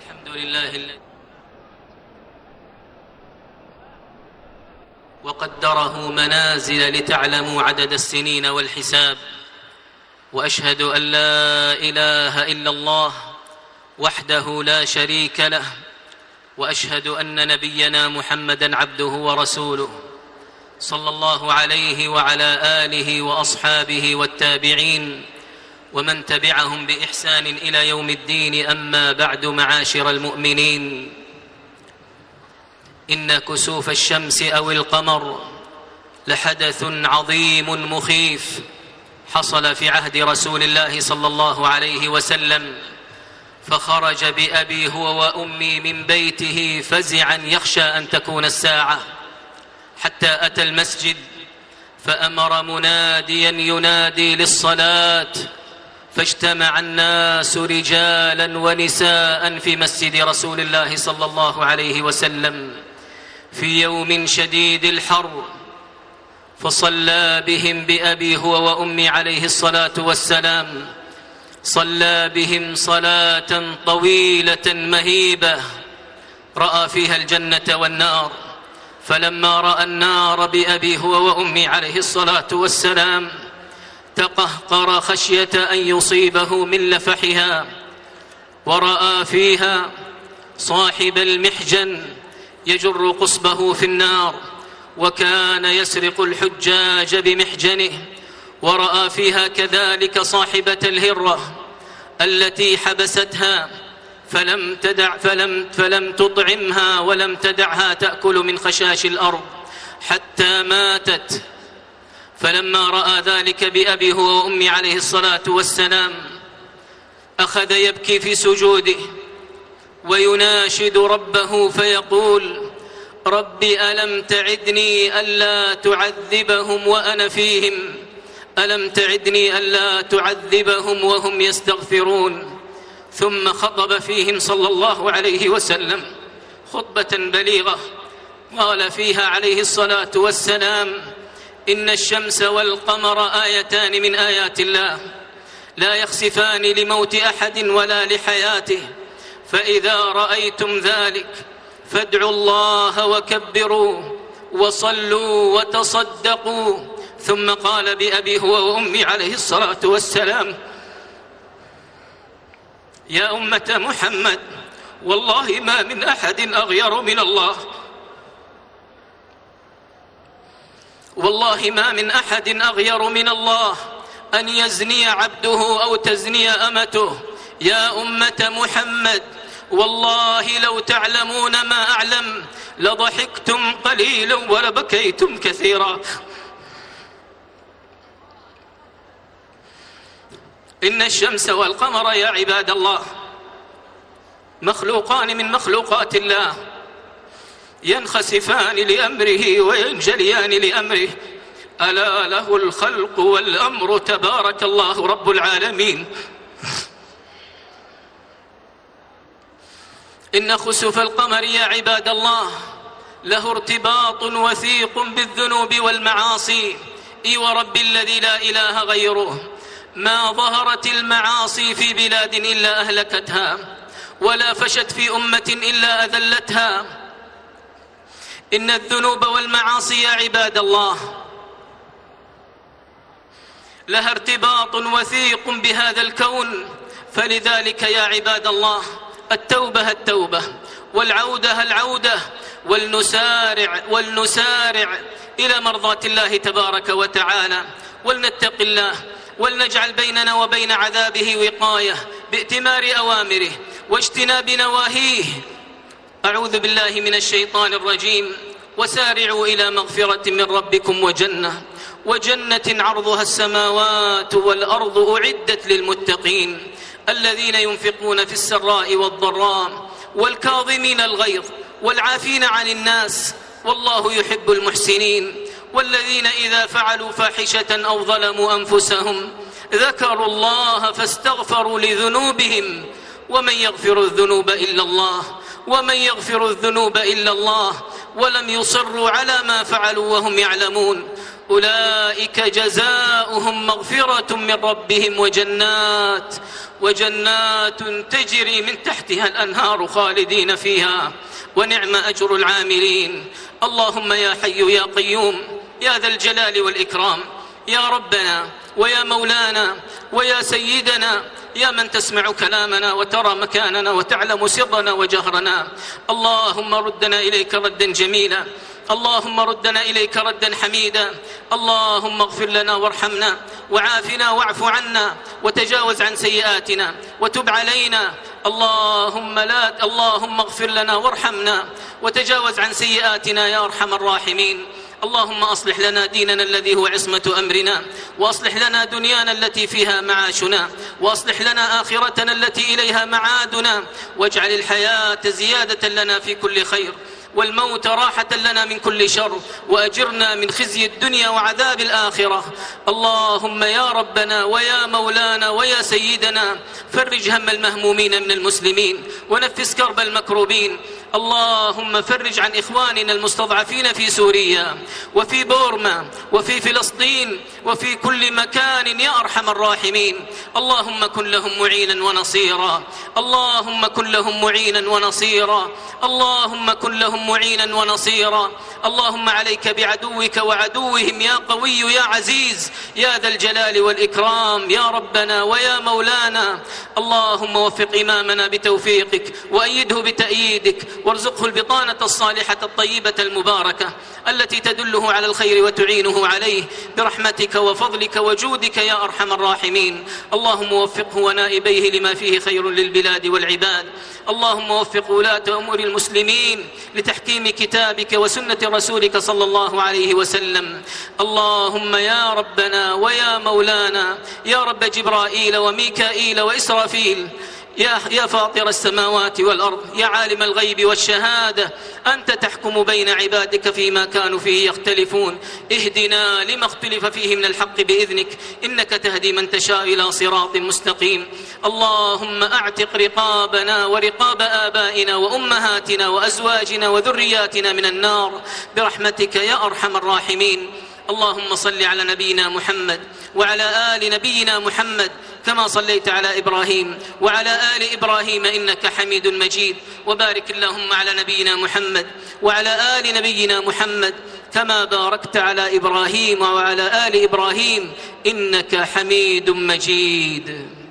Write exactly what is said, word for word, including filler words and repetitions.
الحمد لله الذي وقدره منازل لتعلموا عدد السنين والحساب، وأشهد أن لا إله إلا الله وحده لا شريك له، وأشهد أن نبينا محمدًا عبده ورسوله صلى الله عليه وعلى آله وأصحابه والتابعين ومن تبعهم بإحسان إلى يوم الدين. أما بعد، معاشر المؤمنين، إن كسوف الشمس أو القمر لحدث عظيم مخيف حصل في عهد رسول الله صلى الله عليه وسلم، فخرج بأبي هو وأمي من بيته فزعا يخشى أن تكون الساعة، حتى أتى المسجد فأمر مناديا ينادي للصلاة، فاجتمع الناس رجالا ونساء في مسجد رسول الله صلى الله عليه وسلم في يوم شديد الحر، فصلى بهم بأبي هو وأمي عليه الصلاة والسلام. صلى بهم صلاة طويلة مهيبة رأى فيها الجنة والنار، فلما رأى النار بأبي هو وأمي عليه الصلاة والسلام تقهقر خشية أن يصيبه من لفحها، ورأى فيها صاحب المحجن يجر قصبه في النار، وكان يسرق الحجاج بمحجنه، ورأى فيها كذلك صاحبة الهرة التي حبستها فلم تدع فلم فلم تطعمها ولم تدعها تأكل من خشاش الأرض حتى ماتت. فلما رأى ذلك بأبي هو وأمي عليه الصلاة والسلام أخذ يبكي في سجوده ويناشد ربه فيقول: رب ألم تعدني ألا تعذبهم وأنا فيهم، ألم تعدني ألا تعذبهم وهم يستغفرون. ثم خطب فيهم صلى الله عليه وسلم خطبة بليغة قال فيها عليه الصلاة والسلام: إن الشمس والقمر آيتان من آيات الله لا يخسفان لموت أحد ولا لحياته، فإذا رأيتم ذلك فادعوا الله وكبروا وصلوا وتصدقوا. ثم قال بأبي هو وأمي عليه الصلاة والسلام: يا أمة محمد، والله ما من أحد أغير من الله، والله ما من أحد أغير من الله أن يزني عبده أو تزني أمته. يا أمة محمد، والله لو تعلمون ما أعلم لضحكتم قليلا ولبكيتم كثيرا. إن الشمس والقمر يا عباد الله مخلوقان من مخلوقات الله، ينخسفان لأمره وينجليان لأمره، ألا له الخلق والأمر، تبارك الله رب العالمين. إن خسوف القمر يا عباد الله له ارتباط وثيق بالذنوب والمعاصي. إي ورب الذي لا إله غيره، ما ظهرت المعاصي في بلاد إلا أهلكتها، ولا فشت في أمة إلا أذلتها. إن الذنوب والمعاصي يا عباد الله لها ارتباط وثيق بهذا الكون، فلذلك يا عباد الله التوبة التوبة والعودة العودة، ولنسارع ولنسارع إلى مرضاة الله تبارك وتعالى، ولنتق الله، ولنجعل بيننا وبين عذابه وقاية بائتمار أوامره واجتناب نواهيه. أعوذ بالله من الشيطان الرجيم. وسارعوا إلى مغفرة من ربكم وجنة وجنة عرضها السماوات والأرض أعدت للمتقين الذين ينفقون في السراء والضراء والكاظمين الغيظ والعافين عن الناس والله يحب المحسنين، والذين إذا فعلوا فاحشة أو ظلموا أنفسهم ذكروا الله فاستغفروا لذنوبهم ومن يغفر الذنوب إلا الله ومن يغفر الذنوب إلا الله ولم يصروا على ما فعلوا وهم يعلمون أولئك جزاؤهم مغفرة من ربهم وجنات وجنات تجري من تحتها الأنهار خالدين فيها ونعم أجر العاملين. اللهم يا حي يا قيوم يا ذا الجلال والإكرام، يا ربنا ويا مولانا ويا سيدنا، يا من تسمع كلامنا وترى مكاننا وتعلم سرنا وجهرنا، اللهم ردنا إليك ردا جميلا، اللهم ردنا إليك ردا حميدا. اللهم اغفر لنا وارحمنا وعافنا واعف عنا وتجاوز عن سيئاتنا وتب علينا. اللهم لا اللهم اغفر لنا وارحمنا وتجاوز عن سيئاتنا يا أرحم الراحمين. اللهم أصلح لنا ديننا الذي هو عصمة أمرنا، وأصلح لنا دنيانا التي فيها معاشنا، وأصلح لنا آخرتنا التي إليها معادنا، واجعل الحياة زيادة لنا في كل خير والموت راحة لنا من كل شر، وأجرنا من خزي الدنيا وعذاب الآخرة. اللهم يا ربنا ويا مولانا ويا سيدنا فرج هم المهمومين من المسلمين ونفس كرب المكروبين. اللهم فرج عن إخواننا المستضعفين في سوريا وفي بورما وفي فلسطين وفي كل مكان يا أرحم الراحمين. اللهم كن لهم معينا ونصيرا، اللهم كن لهم معينا ونصيرا، اللهم كن لهم معينا ونصيرا. اللهم عليك بعدوك وعدوهم يا قوي يا عزيز يا ذا الجلال والإكرام يا ربنا ويا مولانا. اللهم وفق إمامنا بتوفيقك وأيده بتأييدك، وارزقه البطانة الصالحة الطيبة المباركة التي تدله على الخير وتعينه عليه برحمتك وفضلك وجودك يا أرحم الراحمين. اللهم وفقه ونائبيه لما فيه خير للبلاد والعباد. اللهم وفق ولاة أمور المسلمين لتحكيم كتابك وسنة رسولك صلى الله عليه وسلم. اللهم يا ربنا ويا مولانا يا رب جبرائيل وميكائيل وإسرافيل، يا يا فاطر السماوات والأرض، يا عالم الغيب والشهادة، أنت تحكم بين عبادك فيما كانوا فيه يختلفون. اهدنا لما اختلف فيه من الحق بإذنك، إنك تهدي من تشاء إلى صراط مستقيم. اللهم أعتق رقابنا ورقاب آبائنا وأمهاتنا وأزواجنا وذرياتنا من النار برحمتك يا أرحم الراحمين. اللهم صل على نبينا محمد وعلى آل نبينا محمد كما صليت على إبراهيم وعلى آل إبراهيم إنك حميد مجيد، وبارك اللهم على نبينا محمد وعلى آل نبينا محمد كما باركت على إبراهيم وعلى آل إبراهيم إنك حميد مجيد.